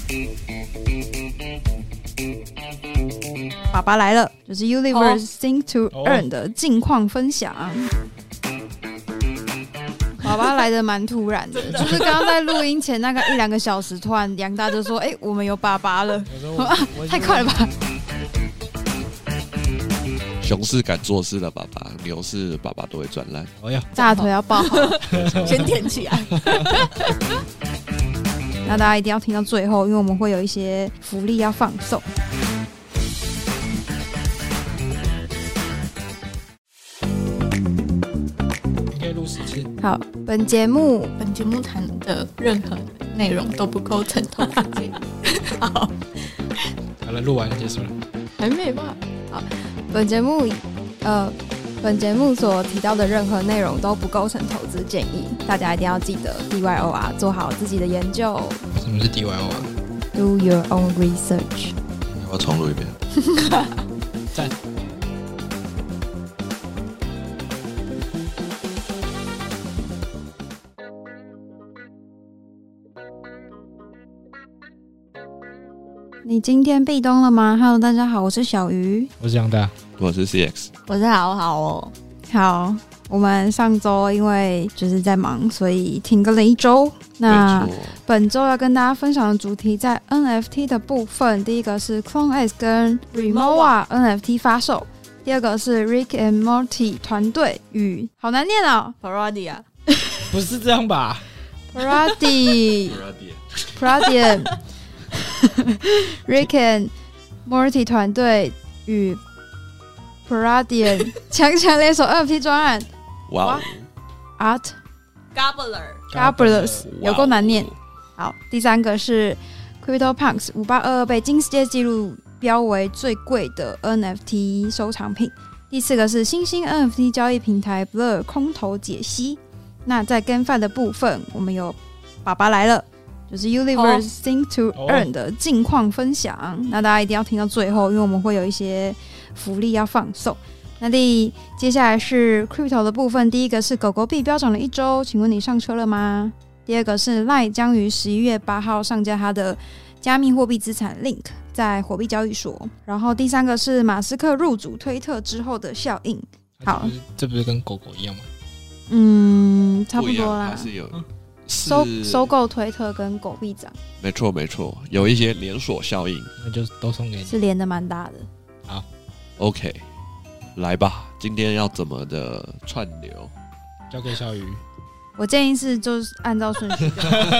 爸爸来了，就是 Universe Think to Earn 的近况分享。爸爸来的蛮突然的，就是刚刚在录音前那个1-2个小时，突然杨大就说：“我们有爸爸了。”太快了吧！ 熊是敢做事的爸爸，牛是爸爸都会转烂。 大腿要抱好， 先舔起来。 那大家一定要听到最后，因为我们会有一些福利要放送。好，本节目谈的任何内容都不构成投资建议。好了，录完了，结束了， 还没吧？ 好，本节目所提到的任何内容都不构成投资建议，大家一定要记得 DYOR， 做好自己的研究。 什么是 DYOR？ Do your own research。 我要重录一遍。 赞。 你今天壁咚了吗 ？Hello， 大家好，我是小鱼， 我是杨大， 我是 CX， 我是好好哦。 好，我们上周因为就是在忙，所以停更了1周。那本周要跟大家分享的主题在 NFT 的部分，第一个是 CloneX 跟 Rimowa NFT 发售，第二个是 Rick and Morty 团队与好难念哦 Paradia 不是这样吧 Paradian Rick and Morty 团队与 Paradian 强联手 NFT 专案。 哇 Art Gobblers 有够难念。好，第三个是 CryptoPunks 5822被金世界纪录标为最贵的 NFT 收藏品。第四个是新兴 NFT 交易平台 Blur 空投解析。那在 GameFi 的部分，我们有爸爸来了，就是 Universe Think to Earn 的近况分享。那大家一定要听到最后，因为我们会有一些福利要放送。那接下来是 Crypto 的部分，第一个是狗狗币飙涨了1周，请问你上车了吗？第二个是 LINE 将于11月8号上架它的加密货币资产 Link 在火币交易所。然后第三个是马斯克入主推特之后的效应。好， 这不是跟狗狗一样吗？ 差不多啦。 还是有收购推特跟狗币涨， 没错，有一些连锁效应， 那就都送给你， 是连的蛮大的。 好 ，OK， 来吧，今天要怎么的串流？ 交给小鱼。 我建议是就是按照顺序。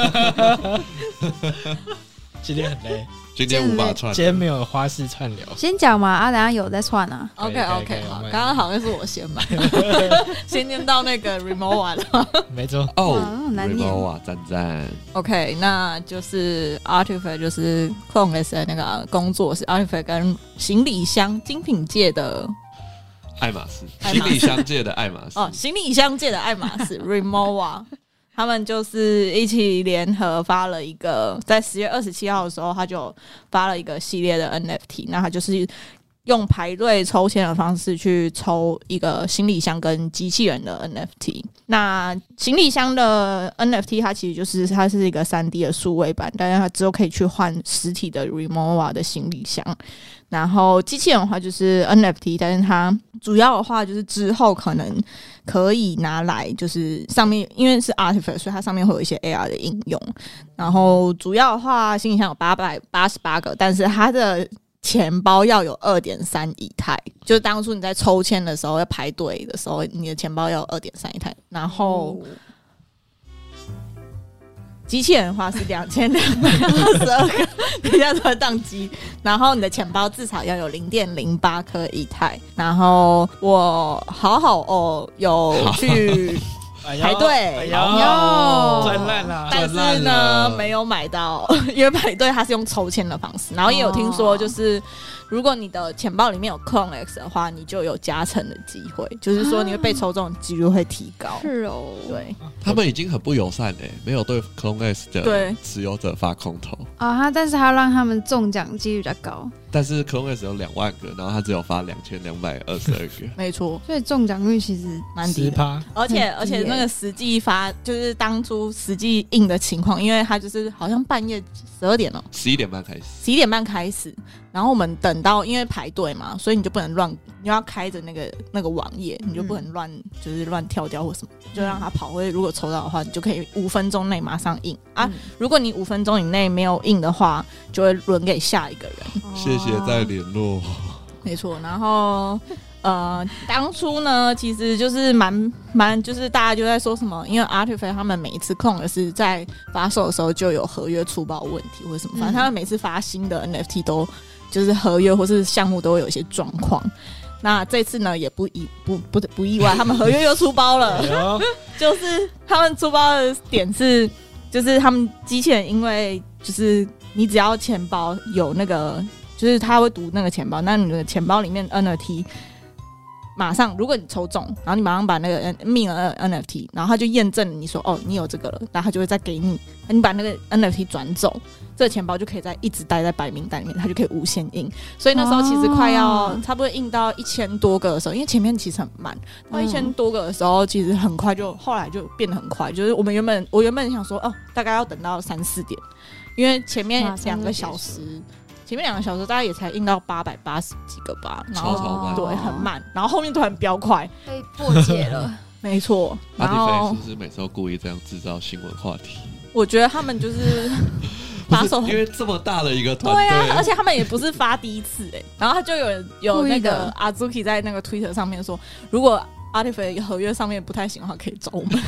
今天很累， 今天无法串， 今天没有花式串流。 先讲嘛，等一下有再串啊。 OK， 好，刚刚好像是我先买，先念到那个 Rimowa 了。 没错。 Rimowa 赞。 OK， 那就是 Artifact 就是 CloneX 的那个工作室 Artifact 跟行李箱精品界的爱马仕，行李箱界的爱马仕行李箱界的爱马仕 Rimowa。他们就是一起联合发了一个，在10月27号的时候，他就发了一个系列的 NFT。那他就是用排队抽签的方式去抽一个行李箱跟机器人的 NFT。那行李箱的 NFT 它其实它是一个 3D 的数位版，但是它之后可以去换实体的 Rimowa 的行李箱。然后机器人的话就是 NFT， 但是它主要的话就是之后可能可以拿来就是上面，因为是 Artifact， 所以它上面会有一些 AR 的应用。然后主要的话行李箱有888个，但是它的钱包要有 2.3 以太，就是当初你在抽签的时候要排队的时候，你的钱包要有 2.3 以太。然后机器人的话是2222个，等一下都会宕机。然后你的钱包至少要有 0.08 颗以太。然后我好有去排队， 赚烂了， 但是呢没有买到，因为排队它是用抽签的方式。然后也有听说就是如果你的钱包里面有 CloneX 的话，你就有加成的机会，就是说你会被抽中的几率会提高。 是哦， 对， 他们已经很不友善没有对 CloneX 的持有者发空投啊，但是他让他们中奖几率比较高。 但是 CloneX 有2万个，然后他只有发2222个， 没错， 所以中奖率其实蛮低的。而且那个实际发就是当初实际印的情况，因为他就是好像半夜 12点哦 ，11点半开始 ，11点半开始，然后我们等到因为排队嘛，所以你就不能乱，你要开着那个网页，你就不能乱就是乱跳掉或什么，就让它跑。或者如果抽到的话，你就可以5分钟内马上印啊。如果你5分钟以内没有印的话，就会轮给下一个人。 谢谢再联络。 没错，然后当初呢，其实就是蛮就是大家就在说什么，因为 Artifact 他们每一次控的是在发售的时候就有合约粗暴问题或者什么，反正他们每次发新的 NFT 都就是合约或是项目都会有一些状况。那这次呢也不意外，他们合约又出包了，就是他们出包的点是，就是他们机器人因为就是你只要钱包有那个。就是他会读那个钱包，那你的钱包里面 NFT 马上，如果你抽中，然后你马上把那个命了 NFT， 然后他就验证你说哦你有这个了，然后他就会再给你，你把那个 NFT 转走，这个钱包就可以一直待在白名单里面，它就可以无限印。所以那时候其实快要差不多印到1000多个的时候，因为前面其实很慢，到1000多个的时候，其实很快就后来就变得很快，就是我原本想说哦大概要等到3-4点，因为前面2个小时。前面2个小时大概也才印到880几个吧，然后对很慢，然后后面突然飙快， 被破解了。 没错，然后是不是每次都故意这样制造新闻话题？ 我觉得他们就是发售， 因为这么大的一个团队， 对啊，而且他们也不是发第一次然后他就有那个 Azuki 在那个 Twitter 上面说，如果 Artifact 合约上面不太行的话，可以找我们。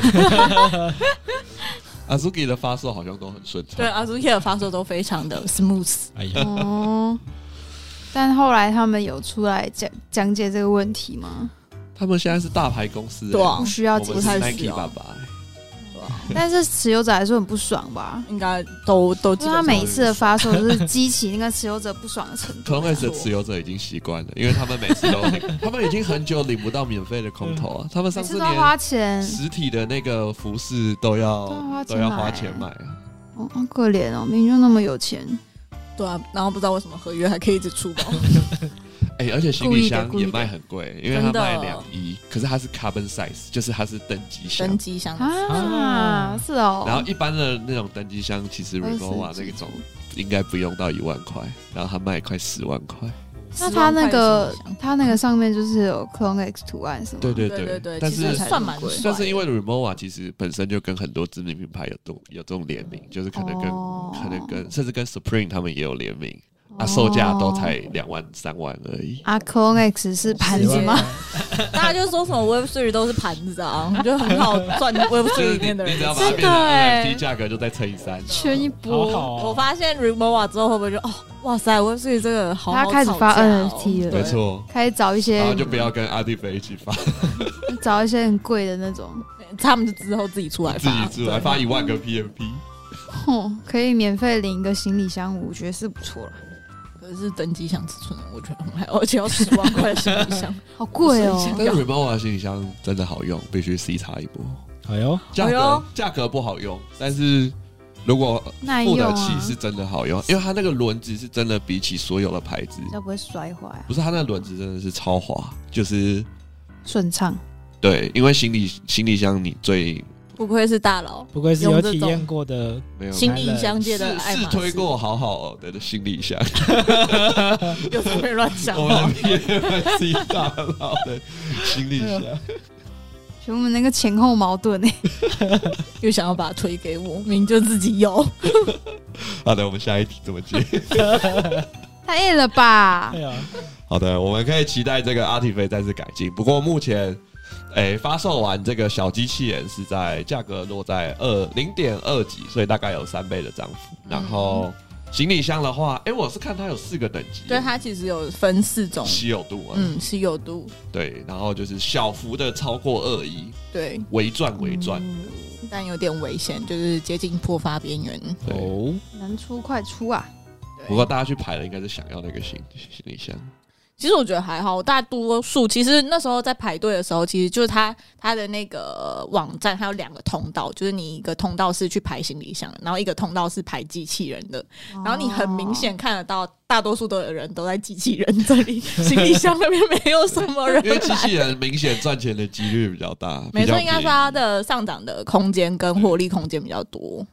Azuki 的发售好像都很顺畅， 对 Azuki 的发售都非常的 smooth。 哎呀， 但后来他们有出来讲解这个问题吗？ 他们现在是大牌公司， 对啊， 不需要解释， 我们是 Nike 爸爸。 但是持有者还是很不爽吧？ 应该都基本上， 他每一次的发售都是激起那个持有者不爽的程度。 CloneX 的持有者已经习惯了，因为他们每次都他们已经很久领不到免费的空投啊，他们上次连花钱实体的那个服饰都要花钱买啊。 哦，好可怜哦，明明就那么有钱。 对啊，然后不知道为什么合约还可以一直出包。 而且行李箱也卖很贵，因为它卖2亿，可是它是 carbon size， 就是它是登机箱啊，是哦。 然后一般的那种登机箱，其实 Remova 那种应该不用到1万块，然后它卖快10万块。 那它那个上面就是有 CloneX 图案是吗？ 对，但是算蛮贵。 但是因为 Remova 其实本身就跟很多知名品牌有这种联名，就是可能跟甚至跟 Supreme 他们也有联名。售价都才2万3万而已。 CloneX 是盘子吗？ 大家就说什么 Web3 都是盘子啊，我觉得很好赚 Web3 里面的人。 你只要把它变成 NFT 价格就再乘以3， 圈一波。 我发现 Remova 之后会不会就哇塞 Web3 这个好好他开始发 NFT 了， 没错， 开始找一些， 然后就不要跟 Artifact 一起发， 找一些很贵的那种， 他们就之后自己出来发1万个 PMP。 可以免费领一个行李箱，我觉得是不错了。 可是登机箱尺寸，我觉得很好，而且要10万块的行李箱， 好贵哦。 但是 Remova 的行李箱真的好用，必须 C 叉一波。 哎呦， 价格不好用，但是如果付得起是真的好用，因为它那个轮子是真的比起所有的牌子， 它不会摔坏。 不是，它那个轮子真的是超滑，就是顺畅。 对，因为行李箱你最。 不愧是大佬， 不愧是有体验过的行李箱界的爱马仕， 是推过好的行李箱， 又是被乱讲。 我们 PMC 大佬的行李箱， 我们那个前后矛盾又想要把它推给我，明明就自己有。 好的，我们下一题怎么接？ 太硬了吧？ 好的，我们可以期待这个 Artifact 再次改进。不过目前。发售完这个小机器人是在价格落在0.2几，所以大概有3倍的涨幅。然后行李箱的话，我是看它有4个等级， 对，它其实有分4种稀有度稀有度， 对，然后就是小幅的超过2亿， 对， 微赚， 但有点危险，就是接近破发边缘。 哦， 能出快出啊！ 不过大家去排的应该是想要那个行李箱。 其实我觉得还好，大多数其实那时候在排队的时候，其实就是他的那个网站，它有2个通道，就是你一个通道是去排行李箱，然后一个通道是排机器人的，然后你很明显看得到，大多数的人都在机器人这里，行李箱那边没有什么人， 因为机器人明显赚钱的几率比较大， 没错，应该是它的上涨的空间跟获利空间比较多。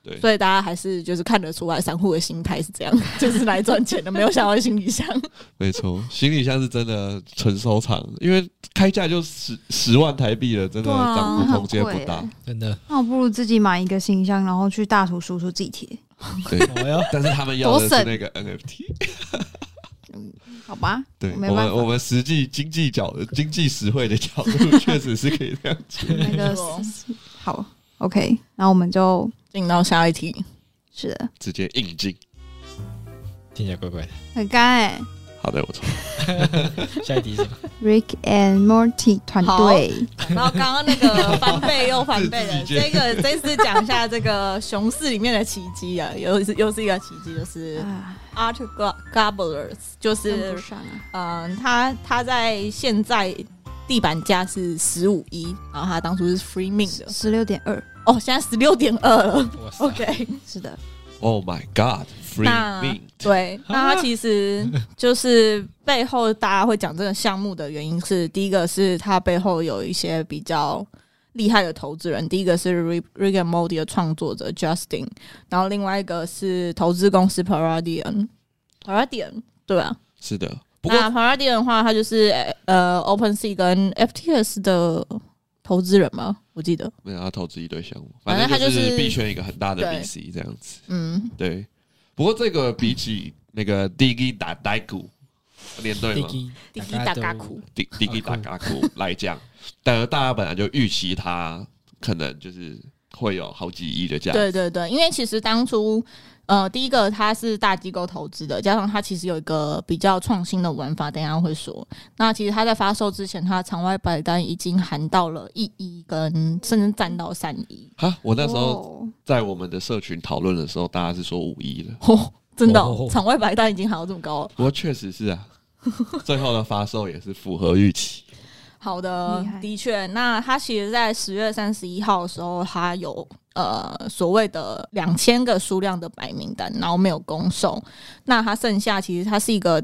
对， 所以大家还是就是看得出来，散户的心态是这样，就是来赚钱的，没有想要行李箱。 没错，行李箱是真的纯收藏，因为开价就10万台币了，真的涨幅空间不大， 真的。 那我不如自己买一个行李箱，然后去大图输出自己贴。 对，但是他们要的是那个 NFT。 好吧， 对， 没办法我们实际经济实惠的角度，确实是可以这样子。 那个好 ，OK， 然后我们就进到下一题。 是的， 直接硬进。 听起来怪怪的。 很干好的，我错。 下一题是什么？ Rick and Morty 团队， 然后刚刚那个翻倍又翻倍的，这次讲一下这个熊市里面的奇迹啊，又是一个奇迹，就是 Art Gobblers， 就是他在现在地板价是15亿，然后他当初是 free mint 的 16.2， 哦，现在16.2了。OK， 是的。 Oh my God，free mint。 对，那它其实就是背后大家会讲这个项目的原因是，第一个是它背后有一些比较厉害的投资人，第一个是 Rick and Morty 的创作者 Justin， 然后另外一个是投资公司 Paradian， 对啊， 是的。不过那 Paradian 的话，它就是OpenSea 跟 FTS 的投资人吗？我记得没有，他投资一堆项目， 反正他就是币圈一个很大的 VC 这样子。 嗯， 对。不过这个比起那个 Digi 打呆股连对吗？ Digi 打嘎库 Digi 打嘎股来讲，但大家本来就预期它可能就是会有好几亿的价值。 对对对，因为其实当初第一个它是大机构投资的，加上它其实有一个比较创新的玩法，等一下会说。那其实它在发售之前，它场外白单已经含到了1亿，跟甚至占到3亿。 哈，我那时候在我们的社群讨论的时候，大家是说5亿了。 哦，真的场外白单已经含到这么高了。 不过确实是啊，最后的发售也是符合预期。 好的，的确，那它其实在10月31号的时候，它有所谓的2000个数量的白名单，然后没有公售。那它剩下其实它是一个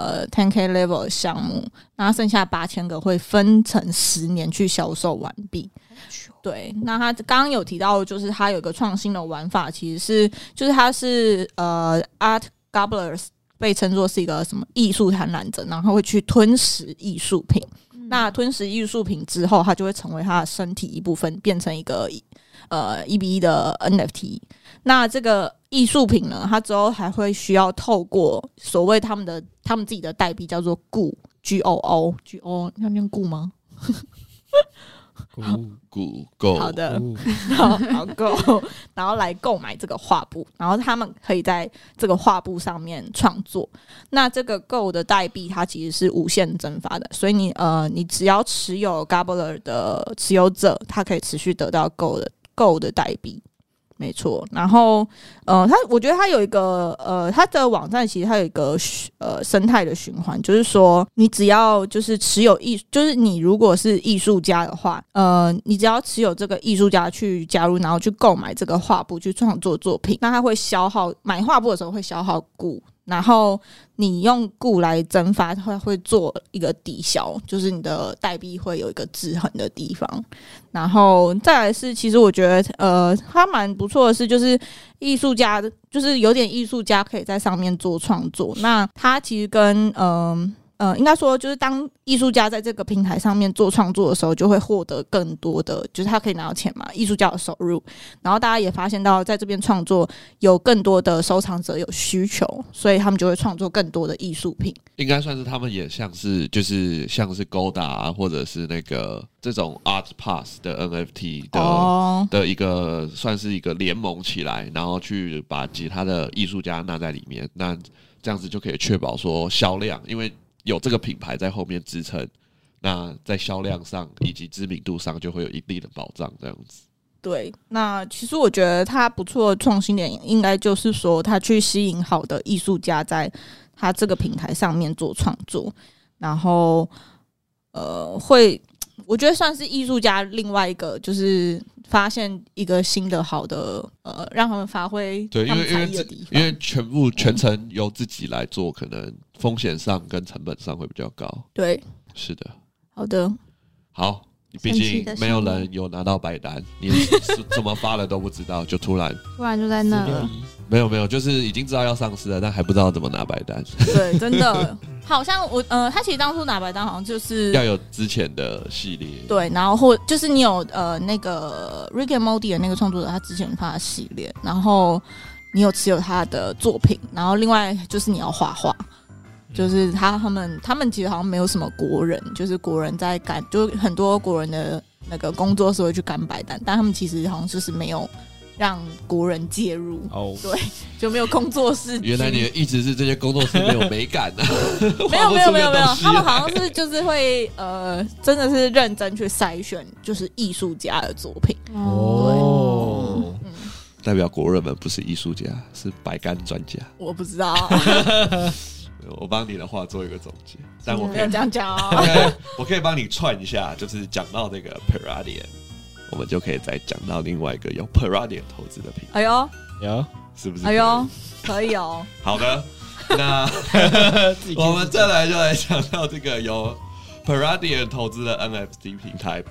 10K level 的项目，那它剩下8000个会分成10年去销售完毕。对，那他刚刚有提到，就是他有一个创新的玩法，其实是就是他是Art Gobblers 被称作是一个什么艺术贪婪者，然后会去吞食艺术品。那吞食艺术品之后，它就会成为他的身体一部分，变成一个1:1的 NFT。那这个艺术品呢，它之后还会需要透过所谓他们自己的代币叫做 GOO， 要念 GOO 吗？ Go 好的，好 Go， 然后来购买这个画布，然后他们可以在这个画布上面创作。那这个 Go 的代币它其实是无限增发的，所以你只要持有 Gobbler 的持有者，他可以持续得到 Go 的代币。没错，然后我觉得它有一个它的网站其实它有一个生态的循环，就是说你只要就是持有就是你如果是艺术家的话，你只要持有这个艺术家去加入，然后去购买这个画布去创作作品，那它会消耗买画布的时候会消耗股。然后你用股来蒸发，它会做一个抵消，就是你的代币会有一个制衡的地方。然后再来是，其实我觉得它蛮不错的是，就是艺术家，就是有点艺术家可以在上面做创作。那它其实跟应该说，就是当艺术家在这个平台上面做创作的时候，就会获得更多的，就是他可以拿到钱嘛，艺术家的收入。然后大家也发现到，在这边创作有更多的收藏者有需求，所以他们就会创作更多的艺术品。 应该算是他们也像是Golda 啊，或者是那个这种 Art Pass 的 NFT 的一个算是一个联盟起来，然后去把其他的艺术家纳在里面，那这样子就可以确保说销量，因为有这个品牌在后面支撑，那在销量上以及知名度上就会有一定的保障，这样子。 对，那其实我觉得他不错的创新点，应该就是说他去吸引好的艺术家在他这个平台上面做创作，然后我觉得算是艺术家另外一个就是发现一个新的好的让他们发挥他们才艺的地方。 因为全程由自己来做，可能风险上跟成本上会比较高。 对， 是的。 好的， 好， 毕竟没有人有拿到白单，你怎么发了都不知道，就突然就在那了。 没有，就是已经知道要上市了，但还不知道怎么拿白单。 对，真的，好像他其实当初拿白单好像就是要有之前的系列， 对，然后或就是你有那个 Rick and Morty 的那个创作者，他之前发的系列，然后你有持有他的作品，然后另外就是你要画画。就是他们其实好像没有什么国人，就是国人在赶，就很多国人的那个工作室会去赶白单，但他们其实好像就是没有让国人介入，对，就没有工作室。 原来你的意思是这些工作室没有美感啊？ 没有，他们好像是就是会真的是认真去筛选，就是艺术家的作品。 哦，代表国人们不是艺术家，是白干专家。 我不知道。 我帮你的话做一个总结，但我可以这样讲哦。 我可以帮你串一下，就是讲到这个 Paradian， 我们就可以再讲到另外一个有 Paradian 投资的品牌。 哎呦， 有是不是？ 哎呦，可以哦。 好的，那我们再来就来讲到这个有 Paradian 投资的 NFT 平台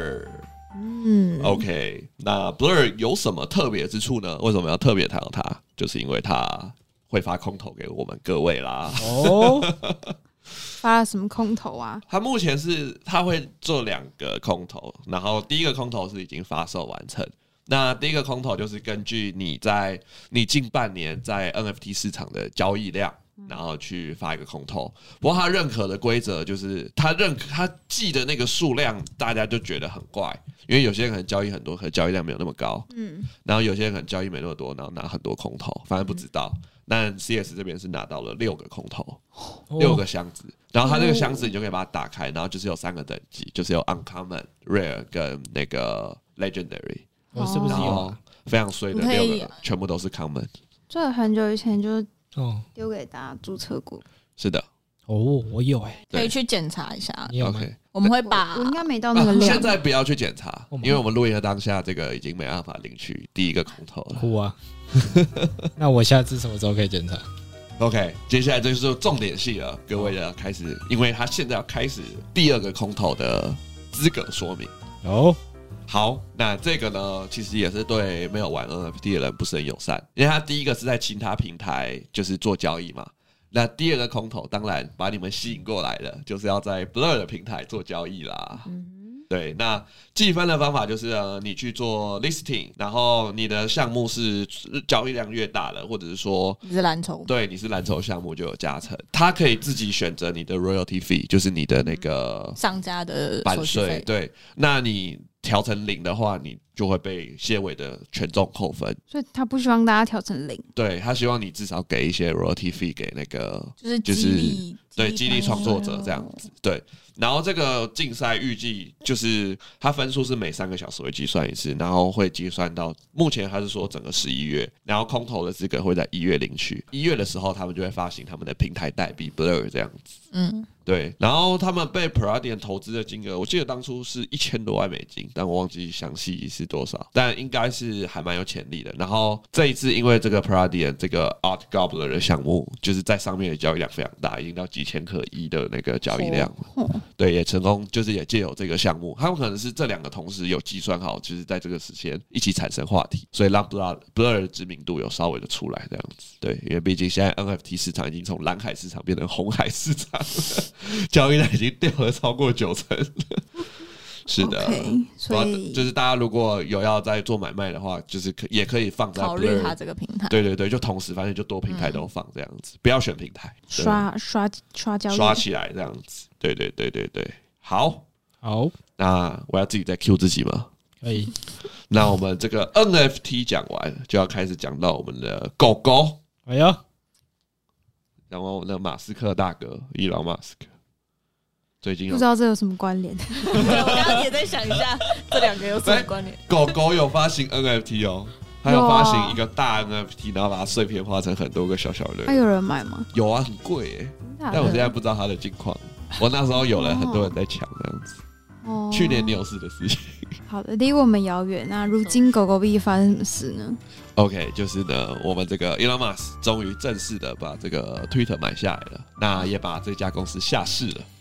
Blur。OK， 那 Blur 有什么特别之处呢？为什么要特别谈到它？就是因为它会发空投给我们各位啦。 哦，发了什么空投啊？ 他目前他会做2个空投，然后第一个空投是已经发售完成。那第一个空投就是根据你近半年在 NFT 市场的交易量，然后去发一个空投。不过他认可的规则就是他记的那个数量，大家就觉得很怪，因为有些人可能交易很多，可能交易量没有那么高，然后有些人可能交易没那么多，然后拿很多空投，反正不知道。但 CS 这边是拿到了6个空投，6个箱子，然后它这个箱子你就可以把它打开，然后就是有3个等级，就是有 Uncommon、Rare 跟那个 Legendary。 是不是有非常衰的6个，全部都是 Common。 这很久以前就丢给大家注册过。 是的。 哦，我有可以去检查一下。 OK， 我们会把我应该没到那个量。 现在不要去检查，因为我们录音的当下，这个已经没办法领取第一个空投了。 酷啊！那我下次什么时候可以检查 ？OK， 接下来这就是重点戏了，各位要开始，因为他现在要开始第2个空投的资格说明。 哦， 好，那这个呢，其实也是对没有玩 NFT 的人不是很友善，因为他第一个是在其他平台就是做交易嘛。那第2个空投当然把你们吸引过来了，就是要在 Blur 的平台做交易啦。对，那计分的方法就是你去做 listing， 然后你的项目是交易量越大了，或者是说你是蓝筹， 对，你是蓝筹项目就有加成。它可以自己选择你的 royalty fee， 就是你的那个商家的版税。对，那你调成0的话，你就会被些微的权重扣分。 所以他不希望大家调成0。 对，他希望你至少给一些 royalty fee 给那个就是激励创作者这样子。对，然后这个竞赛预计就是它分数是每3个小时会计算一次，然后会计算到目前他是说整个11月，然后空投的资格会在1月领取。1月的时候，他们就会发行他们的平台代币 Blur 这样子。对，然后他们被 Paradian 投资的金额，我记得当初是1000多万美金，但我忘记详细是多少，但应该是还蛮有潜力的。然后这一次因为这个 Paradian 这个 Art Gobbler 的项目，就是在上面的交易量非常大，已经到几千颗亿的那个交易量了。对，也成功，就是也借由这个项目，他们可能是这2个同时有计算好，就是在这个时间一起产生话题，所以让 Blur 的知名度有稍微的出来这样子。对，因为毕竟现在 NFT 市场已经从蓝海市场变成红海市场了。交易量已经掉了超过90%是的， 所以就是大家如果有要在做买卖的话，就是也可以放在 Blur， 考虑它这个平台。 对，就同时反正就多平台都放这样子，不要选平台， 刷交易刷起来这样子。对，好，那我要自己再 Q 自己吗？ 可以。 那我们这个 NFT 讲完，就要开始讲到我们的狗狗。 哎呀， 然后我们的马斯克大哥伊隆马斯克最近不知道这有什么关联。 我刚刚也在想一下这2个有什么关联。 狗狗有发行 NFT 哦，它有发行一个大 NFT， 然后把它碎片化成很多个小小的。 还有人买吗？ 有啊，很贵耶。但我现在不知道它的近况。我那时候有人很多人在抢这样子。去年牛市的事情。 好的，离我们遥远。那如今狗狗币发生什么事呢？ OK， 就是呢，我们这个 Elon Musk 终于正式的把这个 Twitter 买下来了，那也把这家公司下市了。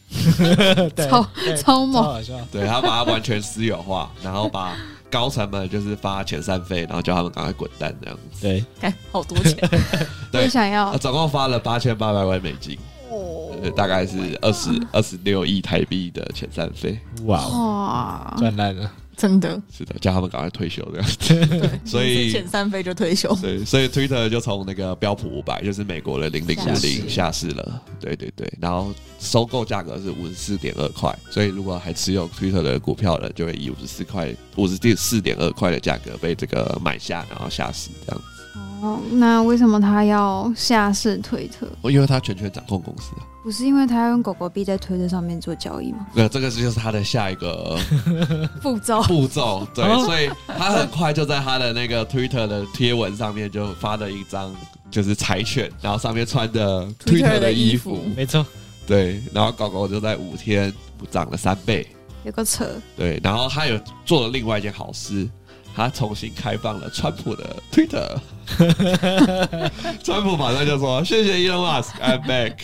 对超对超猛好笑。 对他把它完全私有化，然后把高层们就是发遣散费，然后叫他们赶快滚蛋这样子。 对， 看好多钱对我也想要总共发了8800万美金，大概是26亿台币的遣散费。 哇哦， 哇， 赚烂了。 真的， 是的，叫他们赶快退休这样子。 对， 所以遣散费就退休。 对，所以 Twitter 就从那个标普500，就是美国的0050下市了。对对对，然后收购价格是54.2块，所以如果还持有 Twitter 的股票的，就会以54.2块的价格被这个买下，然后下市这样子。 哦，那为什么他要下市推特？ 因为他全权掌控公司啊。 不是因为他用狗狗币在推特上面做交易吗？ 那这个就是他的下一个步骤步骤，对，所以他很快就在他的那个 Twitter 的贴文上面就发了一张就是柴犬，然后上面穿着 Twitter 的衣服， 没错， 对，然后狗狗就在5天涨了3倍， 有个扯， 对，然后他有做了另外一件好事。他重新开放了川普的 Twitter， 川普马上就说：“谢谢 Elon Musk，I'm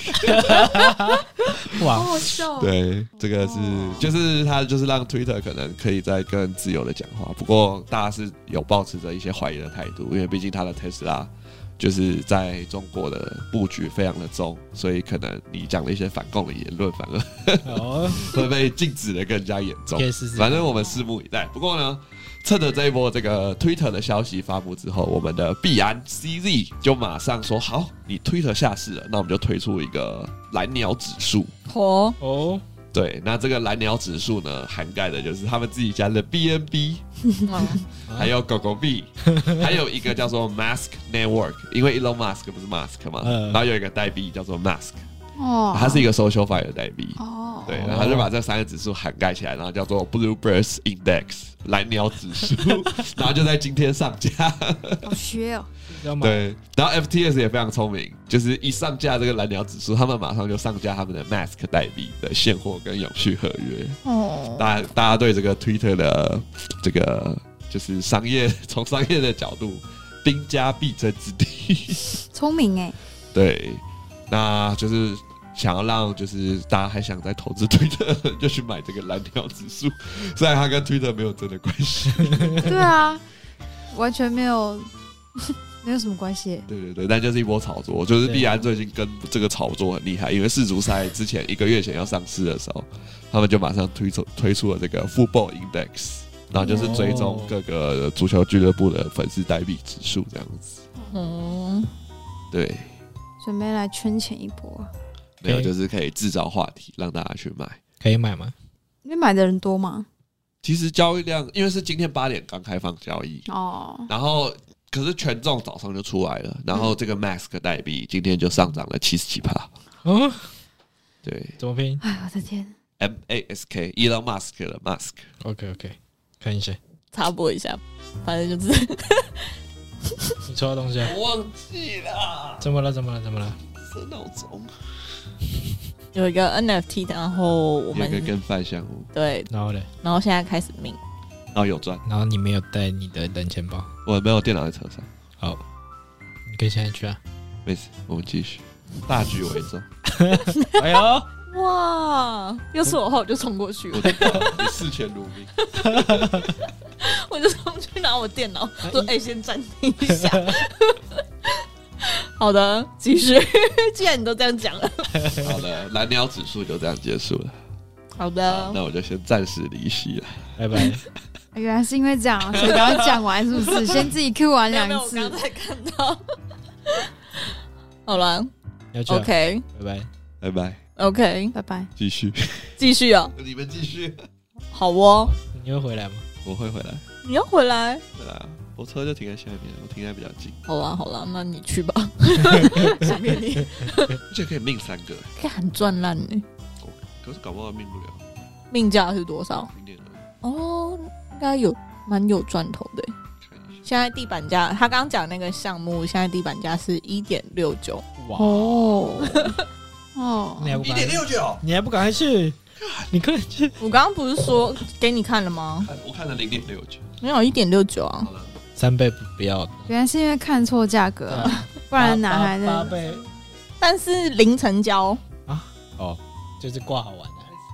back。” 哇， 好笑。 对，这个是就是他就是让 Twitter 可能可以再更自由的讲话，不过大家是有抱持着一些怀疑的态度，因为毕竟他的 Tesla 就是在中国的布局非常的重，所以可能你讲了一些反共的言论，反而会被禁止的更加严重。反正我们拭目以待。不过呢，趁着这一波这个 Twitter 的消息发布之后，我们的币安 CZ 就马上说：“好，你 Twitter 下市了，那我们就推出一个蓝鸟指数。” 哦， 对，那这个蓝鸟指数呢，涵盖的就是他们自己家的 BNB， 还有狗狗币，还有一个叫做 Mask Network， 因为 Elon Musk 不是 Mask 嘛，然后有一个代币叫做 Mask， 它是一个 SocialFi 的代币，对，然后他就把这3个指数涵盖起来，然后叫做 Bluebirds Index 蓝鸟指数，然后就在今天上架， 好学哦。 对，然后 FTS 也非常聪明，就是一上架这个蓝鸟指数，他们马上就上架他们的 Mask 代币的现货跟永续合约。哦，大家对这个 Twitter 的这个就是从商业的角度，兵家必争之地。 聪明哎。 对，那就是想要让就是大家还想再投资 Twitter， 就去买这个蓝鸟指数，虽然它跟 Twitter 没有真的关系。 对啊，完全没有。没有什么关系。 对对对，但就是一波炒作，就是币安最近跟这个炒作很厉害，因为世足赛之前1个月前要上市的时候，他们就马上推出了这个 Football Index， 然后就是追踪各个足球俱乐部的粉丝代币指数这样子。对， 准备来圈钱一波。 没有，就是可以制造话题让大家去买。 可以买吗？ 因为买的人多吗？ 其实交易量，因为是今天8点刚开放交易哦，然后。可是权重早上就出来了，然后这个 Mask 代币今天就上涨了77%。哦，对， 怎么拼？ 哎，我的天 ！MASK Elon Musk 的 Musk。OK， 看一下， 插播一下，反正就是你抽到东西啊？ 我忘记了。 怎么了？是闹钟。 有一个 NFT， 然后我们有一个跟饭项目。 对， 然后嘞， 然后现在开始命。 然后有赚， 然后你没有带你的人钱包， 我没有电脑在车上。 好，你可以现在去啊， 没事，我们继续，大局为重。 哎呦， 哇！要是我的话，我就冲过去。 你视钱如命， 我就冲去拿我电脑，说：“先暂停一下。”好的，继续。既然你都这样讲了， 好的，蓝鸟指数就这样结束了。 好的， 那我就先暂时离席了， 拜拜。 原来是因为这样，所以刚刚讲完是不是？先自己 Q 完2次。 我刚才看到。好了 ，OK， 拜拜 ，OK， 拜拜， 继续哦， 你们继续。 好哦， 你会回来吗？ 我会回来。 你要回来？ 对啊，我车就停在下面，我停在比较近。 好啦，那你去吧。随便你。 而且可以命3个， 可以很赚烂呢。 可是搞不好命不了。 命价是多少 ？0.2。 哦，应该蛮有赚头的。现在地板价，他刚刚讲那个项目，现在地板价是1.69。 哇哦 ，1.69， 你还不赶快去？你快去！ 我刚刚不是说给你看了吗？ 我看了0.69， 没有1.69啊 ，3倍不要。 原来是因为看错价格了，不然哪来的 8倍？ 但是零成交啊？哦， 就是挂好玩的。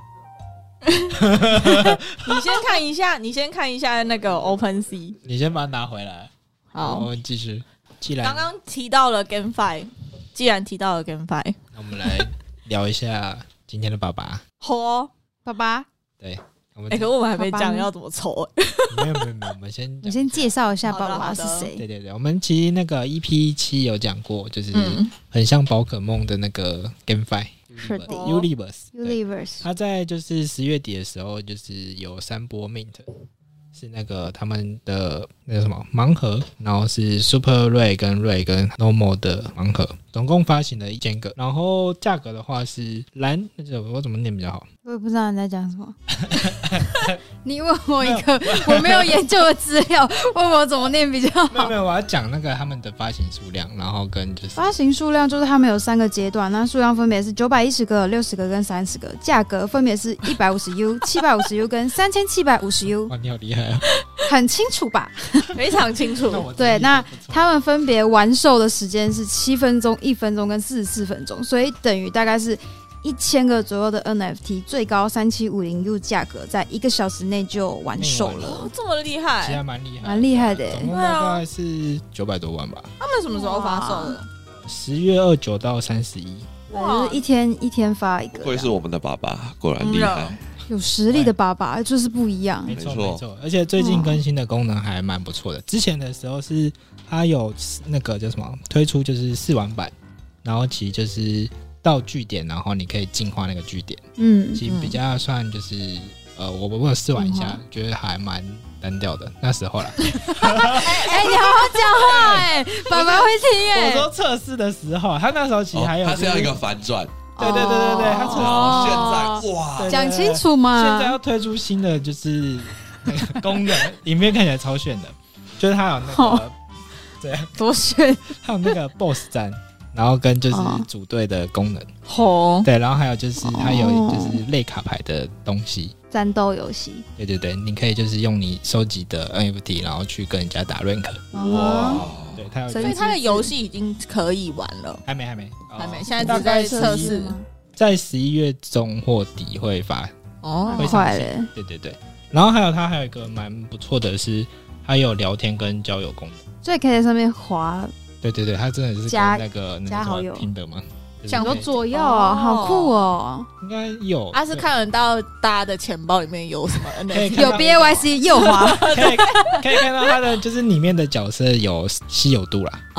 你先看一下那个 OpenSea。 你先把它拿回来。 好， 我们继续。既然刚刚提到了 GameFi， 既然提到了 GameFi， 那我们来聊一下今天的爸爸。 好哦， 爸爸， 对，我们可我们还没爸爸呢讲要怎么抽没有，我们先我先介绍一下好的爸爸是好的谁。 对，我们其实那个 EP7 有讲过，就是嗯很像宝可梦的那个 GameFi 是的 Universe， Universe 它在就是10月底的时候，就是有3波 Mint， 是那个他们的那个什么盲盒，然后是 Super Rare 跟 Rare 跟 Normal 的盲盒，总共发行了1000个，然后价格的话是蓝，我怎么念比较好？ 我也不知道你在讲什么。你问我一个我没有研究的资料，问我怎么念比较好没有没。有，我要讲那个他们的发行数量，然后跟就是发行数量就是他们有3个阶段，那数量分别是910个、60个跟30个，价格分别是150U、750U 跟3750U， 哇，你好厉害啊！ 很清楚吧？ 非常清楚。 对，那他们分别完售的时间是7分钟、1分钟跟44分钟，所以等于大概是1000个左右的 NFT， 最高3750U 价格，在1个小时内就完售了， 这么厉其实害， 还蛮厉害， 蛮厉害的总共大概是900多万吧。 他们什么时候发售的 10月29到31， 对，就是一天发一个， 会是我们的爸爸，果然厉害。 有实力的爸爸就是不一样。 没错没错没错，而且最近更新的功能还蛮不错的。之前的时候是它有那个叫什么推出就是试玩版，然后其实就是到据点，然后你可以净化那个据点，其实比较算就是我有试玩一下，觉得还蛮单调的那时候啦。 你好好讲话爸爸会听我说测试的时候，他那时候其实还有、 他是要一个反转。 对，他测试现在哇， 讲清楚嘛。 现在要推出新的就是那个功能，影片看起来超炫的，就是它有那个对， 多炫， 还有那个 BOSS 战，然后跟就是组队的功能，对，然后还有就是它有就是类卡牌的东西， 战斗游戏。 对，你可以就是用你收集的 NFT， 然后去跟人家打 rank。 哇， 对，它有， 所以它的游戏已经可以玩了， 还没， 现在只在测试， 在11月中或底会发， 会快嘞。 对，然后它还有一个蛮不错的是，它有聊天跟交友功能， 所以可以在上面滑。 对，它真的是跟那个加好友听的吗？ 想说左右好酷哦！ 应该有， 是看得到大家的钱包里面有什么 NFT， 有 BAYC 右滑， 可以看到它的就是里面的角色有稀有度啦。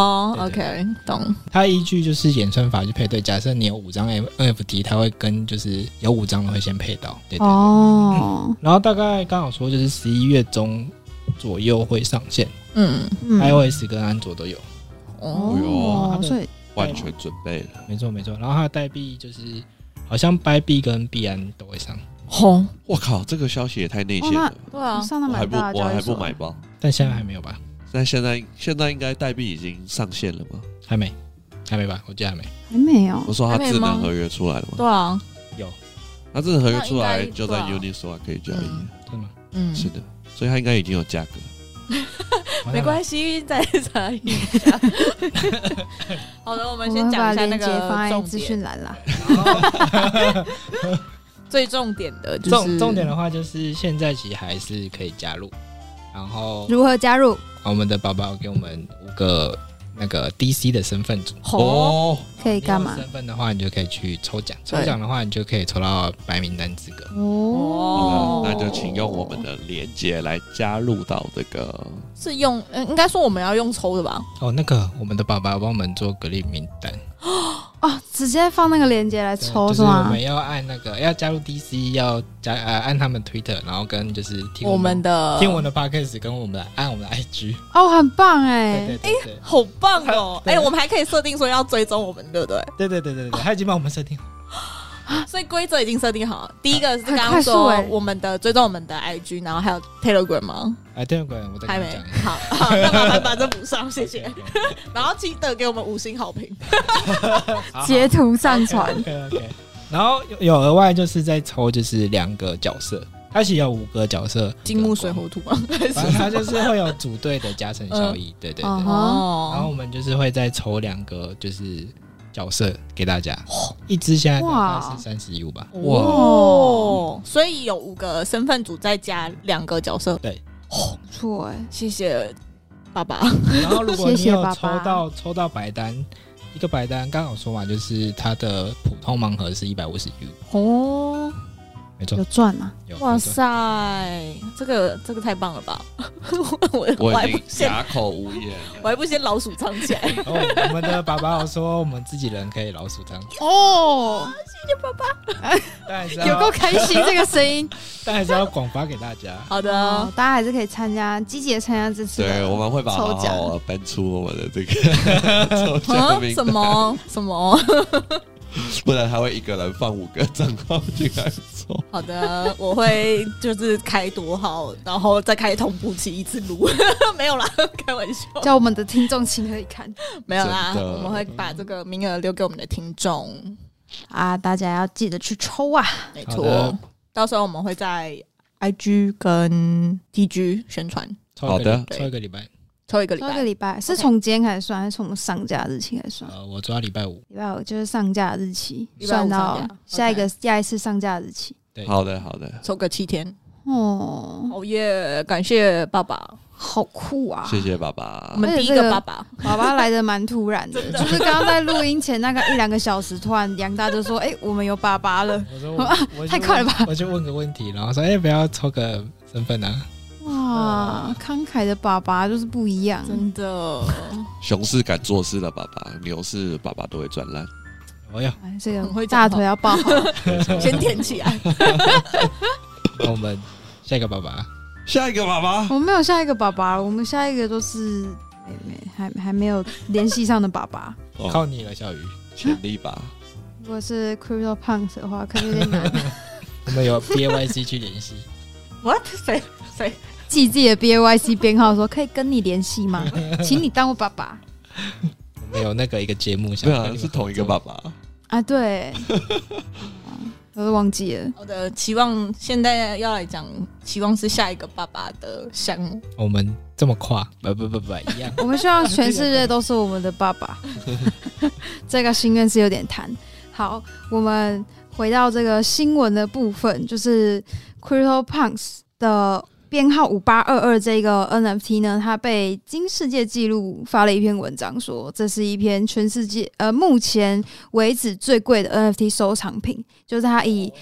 OK， 懂。 它依据就是演算法去配对，假设你有5张 NFT， 它会跟就是有5张的会先配到，对。然后大概刚好说就是11月中左右会上线，iOS 跟安卓都有。 所以完全准备了， 没错。然后它的代币就是好像掰币跟币安都会上。 我靠，这个消息也太内线了。 对啊， 上到蛮大的我还不买包， 但现在还没有吧？ 但现在应该代币已经上线了吗？ 还没吧？我记得还没。 还没有。 我说它智能合约出来了吗？ 对啊， 有。 它智能合约出来就在 Uniswap 可以交易， 对吗？ 是的，所以它应该已经有价格。 没关系，再查一下。好的，我们先讲一下那个资讯栏啦。 最重点的就是重点的话，就是现在其实还是可以加入。然后如何加入？ 我们的宝宝给我们5个那个 DC 的身份组可以干嘛？ 身份的话，你就可以去抽奖。抽奖的话，你就可以抽到白名单资格。 那就请用我们的连结来加入到这个。 是用应该说我们要用抽的吧？ 那个我们的宝宝帮我们做格列名单。 直接放那个链接来抽是吗？我们要按那个要加入 DC， 要按他们 Twitter， 然后跟就是听我们的 Podcast， 跟按我们的 IG。 很棒对， 好棒哦！我们还可以设定说要追踪我们，对不对？ 对，他已经帮我们设定好。 所以规则已经设定好了。第一个是刚刚说我们的追踪我们的 IG， 然后还有 Telegram 吗 ？Telegram 我再跟你讲。 好，那麻烦把这补上，谢谢。然后记得给我们5星好评， 截图上传。 OK。然后有额外就是在抽就是2个角色，它其实有5个角色， 金木水火土嘛， 反正它就是会有组队的加成效益，对。然后我们就是会再抽2个就是角色给大家，一只现在大概是31吧。 哇，所以有5个身份组再加2个角色， 对， 不错哎， 谢谢爸爸。 然后如果你有谢谢爸爸抽到白单，一个白单刚好说嘛，就是它的普通盲盒是150 U， 哦， 没错有，赚吗？ 哇塞，这个太棒了吧！ 我已经还不先哑口无言了。 我还不先老鼠藏起来。 哦，我们的爸爸有说我们自己人可以老鼠仓， 哦， 但还是有够要开心这个声音。 但还是要广发给大家。 好的， 大家还是可以积极的参加这次的对，我们会把抽奖。 好搬出我们的这个抽奖名单， 什么？ 不然他会一个人放5个账号进来抽。 好的，我会就是开多号，然后再开同步器一次录。没有啦，开玩笑。 叫我们的听众情何以堪没有啦， 真的我们会把这个名额留给我们的听众。 啊！大家要记得去抽啊！ 没错好的， 到时候我们会在 IG 跟 TG 宣传， 好的抽一个礼拜， 抽一个礼拜。 抽一个礼拜是从今天开始算，还是从我们上架日期开始算？ 我抓礼拜5。 礼拜5就是上架日期， 礼拜5 算到上架下一次上架日期。 对， 好的，好的， 抽个7天。 哦， 哦耶！感谢爸爸， 好酷啊！ 谢谢爸爸我。们第一个爸爸。 爸爸来的蛮突然的，就是刚刚在录音前那个1-2个小时，突然杨大就说：“哎、我们有爸爸了。 我说我太快了吧我就问个问题，然后说不要抽个身份啊。” 哇，慷慨的爸爸就是不一样。 真的， 熊是敢做事的爸爸，牛是爸爸都会转烂。 哎呀， 哎，这很会讲话个大腿要抱好。 先舔起来。 那我们下一个爸爸， 下一个爸爸， 我们没有下一个爸爸，我们下一个都是还没有联系上的爸爸。 哦靠你了，小鱼。 潜力吧。 如果是 Crypto Punks 的话，可能有点难我们有 BYC 去联系， What？谁？ 记自己的 BYC 编号说可以跟你联系吗？请你当我爸爸我们有那个一个节目， 对啊，是同一个爸爸。 啊！对，我都忘记了。 我的期望现在要来讲，期望是下一个爸爸的项目。 我们这么跨，不一样。 我们希望全世界都是我们的爸爸，这个心愿是有点谈。好，我们回到这个新闻的部分，就是 CryptoPunks 的编号5822这个 NFT 呢，它被金世界纪录发了一篇文章说，这是一篇全世界目前为止最贵的 NFT 收藏品，就是它以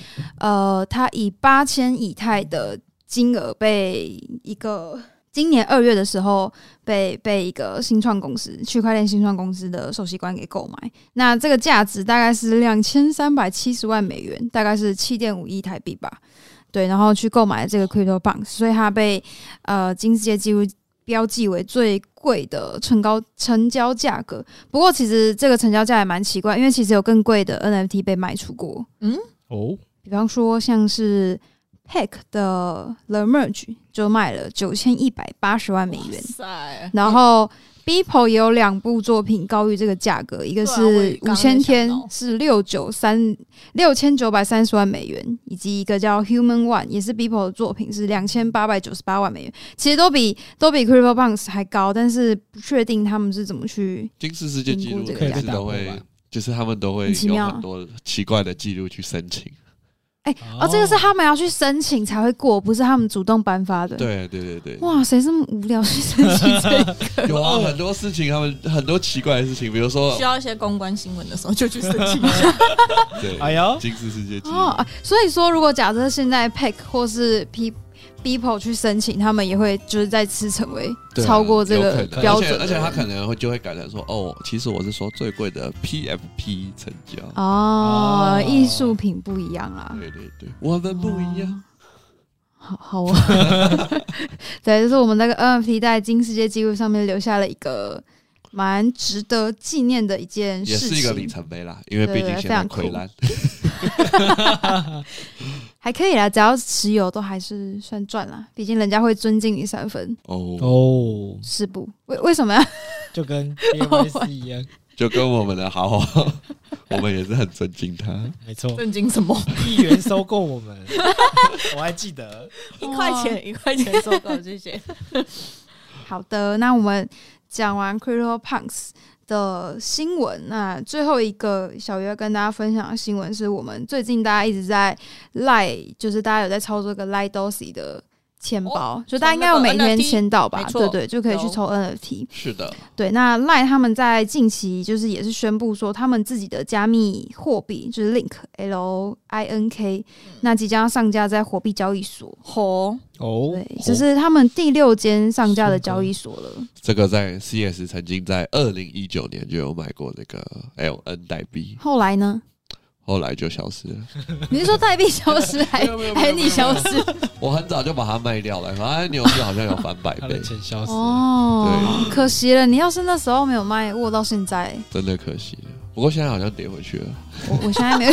8000以太的金额被一个今年2月的时候被一个新创公司区块链新创公司的首席官给购买，那这个价值大概是2370万美元，大概是7.5亿台币吧。对，然后去购买这个 CryptoPunks， 所以它被金世界纪录标记为最贵的成交价格。不过其实这个成交价也蛮奇怪，因为其实有更贵的 NFT 被卖出过。比方说像是 Peck 的 The Merge 就卖了9180万美元，然后 Beeple 也有2部作品高于这个价格，一个是5000天是6930万美元，以及一个叫 Human One 也是 Beeple 的作品是2898万美元，其实都比 CryptoPunks 还高，但是不确定他们是怎么去金氏世界纪录评估这个每次都会，就是他们都会有很多奇怪的记录去申请。 这个是他们要去申请才会过，不是他们主动颁发的。 对。 哇，谁这么无聊去申请这个？ 有啊，很多事情，他们很多奇怪的事情，比如说需要一些公关新闻的时候就去申请一下。 对， 哎呦， 金氏世界纪录。 所以说，如果假设现在 Peck 或是 Beeple 去申请，他们也会就是再次成为超过这个标准， 而且他可能就会改成说，其实我是说最贵的 PFP 成交。 艺术品不一样啦。 对，我们不一样。 好哦。对，就是我们那个 NFT 在金世界纪录上面留下了一个蛮值得纪念的一件事情， 也是一个里程碑啦，因为毕竟现在溃烂。 还可以啦，只要持有都还是算赚啦，毕竟人家会尊敬你3分。是不？为什么呀？ 就跟 BYC 一样， 就跟我们的好，我们也是很尊敬他。 没错， 震惊什么 ？1元收购我们，我还记得 1块钱收购，谢谢。 好的，那我们讲完 CryptoPunks 的新闻。那最后一个小约跟大家分享的新闻是我们最近大家一直在就是大家有在操作个 Dosi 的钱包，就大家应该有每天签到吧？对对，就可以去抽 NFT。 是的， 对。那 Line 他们在近期就是也是宣布说，他们自己的加密货币就是 LINK，那即将上架在火币交易所。对，这是他们第6间上架的交易所了。 这个在 CS 曾经在2019年就有买过这个 LN 代币， 后来呢？ 后来就消失了。 你是说代币消失还是你消失？ 我很早就把它卖掉了，反正牛市好像有翻100倍， 钱消失了。 哦，可惜了，你要是那时候没有卖，握到现在， 真的可惜了。不过现在好像跌回去了。 我现在没有。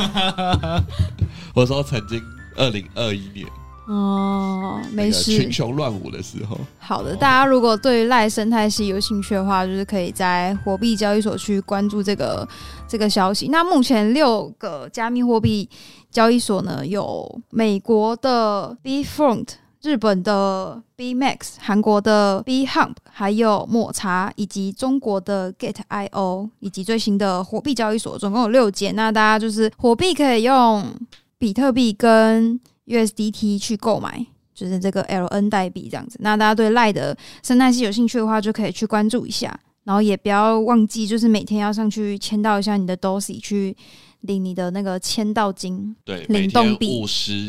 我说曾经2021年。 没事。 群雄乱舞的时候。 好的，大家如果对赖生态系有兴趣的话，就是可以在火币交易所去关注这个消息。那目前6个加密货币交易所呢，有美国的 Bfront、日本的 BMax、韩国的 Bhump， 还有抹茶，以及中国的 Gate.io， 以及最新的火币交易所，总共有6间。那大家就是火币可以用比特币跟USDT 去购买，就是这个 LN 代币这样子。那大家对 LINE 的生态系有兴趣的话，就可以去关注一下，然后也不要忘记，就是每天要上去签到一下你的 Dosi， 去领你的那个签到金， 对， 领动币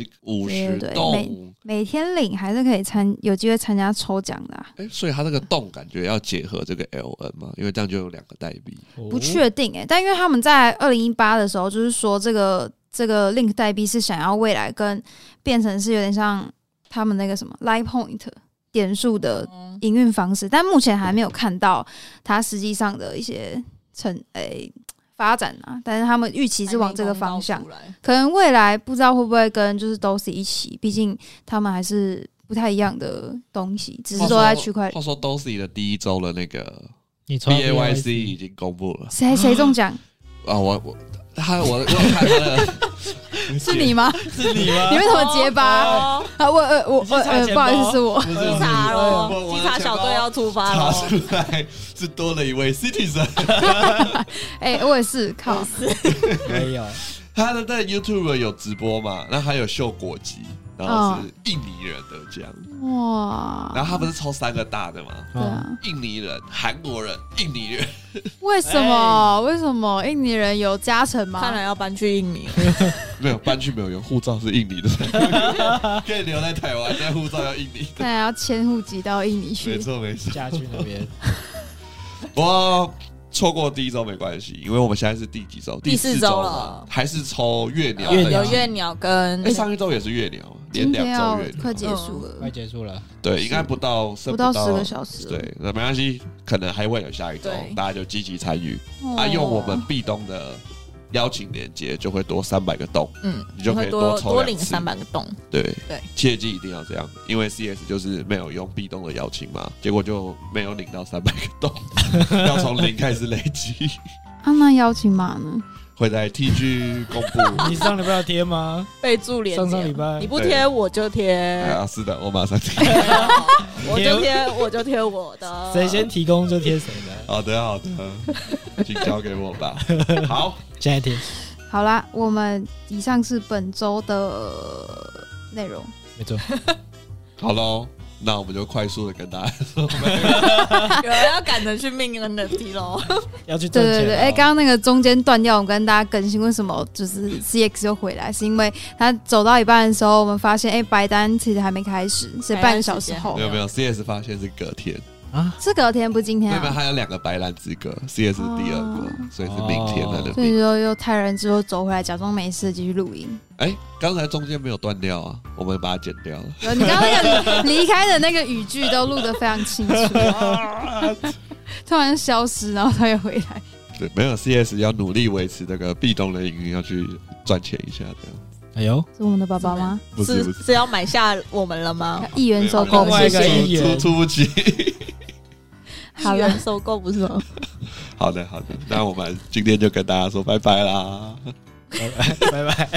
50动， 每天领还是可以有机会参加抽奖的所以它这个动感觉要结合这个 LN 嘛，因为这样就有2个代币。 不确定但因为他们在2018的时候就是说这个 Link 代币是想要未来变成是有点像他们那个什么 Line Point 点数的营运方式，但目前还没有看到它实际上的一些发展但是他们预期是往这个方向，可能未来不知道会不会跟就是 Dosi 一起，毕竟他们还是不太一样的东西，只是说在区块链。 话说 Dosi 的第1周的那个你抽 BAYC 已经公布了， 谁中奖我看他的是你吗？ 是你吗？ 你为什么结巴？我不好意思，是我。 稽查咯，稽查小队要出发了。 查出来是多了一位 Citizen。 我也是，靠， 没有。 他的在 YouTube 有直播嘛？那还有秀果汁，然后是印尼人得奖。哇！然后他不是抽3个大的吗？ 对啊， 印尼人、韩国人、印尼人。 为什么？为什么印尼人有加成吗？ 看来要搬去印尼。 没有搬去没有用，护照是印尼的，可以留在台湾，但护照要印尼的。 看来要迁户籍到印尼去。 没错， 嫁去那边。 我错过第1周没关系，因为我们现在是第几周？ 第4周了， 还是抽月鸟？ 有月鸟跟上1周也是月鸟，连2周月鸟， 快结束了， 快结束了。 对，应该不到10 个小时。 对，那没关系，可能还会有下1周，大家就积极参与用我们壁咚的邀请连结就会多300个洞，你就可以多抽多领300个洞。 对，切记一定要这样，因为 CS 就是没有用壁咚的邀请嘛，结果就没有领到300个洞，要从0开始累积。 那邀请码呢？ 会在 TG 公布。 你上礼拜要贴吗？ 备注连结。 上礼拜你不贴我就贴。 是的，我马上贴。 我就贴我的。 谁先提供就贴谁的。 好的，请交给我吧。好， 现在贴。 好啦，我们以上是本周的内容。 没错。 好咯，那我们就快速的跟大家说， 有人要赶着去命 NFT 咯， 要去挣钱。 对，刚刚那个中间断掉，我跟大家更新为什么就是 CX 又回来，是因为他走到一半的时候，我们发现白单其实还没开始，是半个小时后。 没有 CS 发现是隔天。 是隔天，不是今天没有，还有2个白蓝资格 ，CS 是第2个，所以是明天的那边。 所以说又泰然之后走回来，假装没事继续录音。 刚才中间没有断掉啊，我们把它剪掉了。 你刚刚那个离开的那个语句都录得非常清楚，突然消失，然后他又回来。 对，没有 CS 要努力维持这个壁咚的营运，要去赚钱一下这样。 哎呦， 是我们的爸爸吗？ 不是要买下我们了吗？ 议员收购， 谢谢。 出不起。 好了，收购不是吗？ 好的，那我们今天就跟大家说拜拜啦， 拜拜。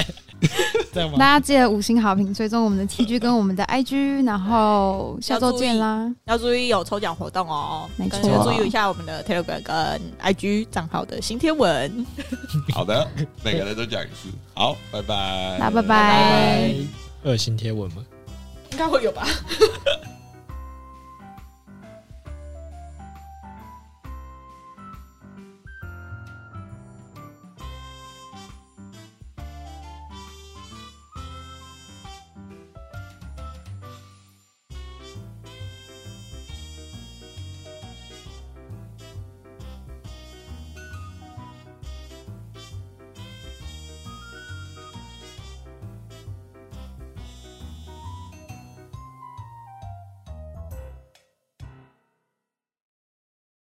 这样吗？ 大家记得5星好评，追踪我们的 TG 跟我们的 IG， 然后下周见啦！ 要注意有抽奖活动哦， 没错要注意一下我们的 Telegram 跟 IG 账号的新贴文。 好的，每个人都讲一次。好，拜拜， 大家拜拜。 拜会有新贴文吗？ 应该会有吧。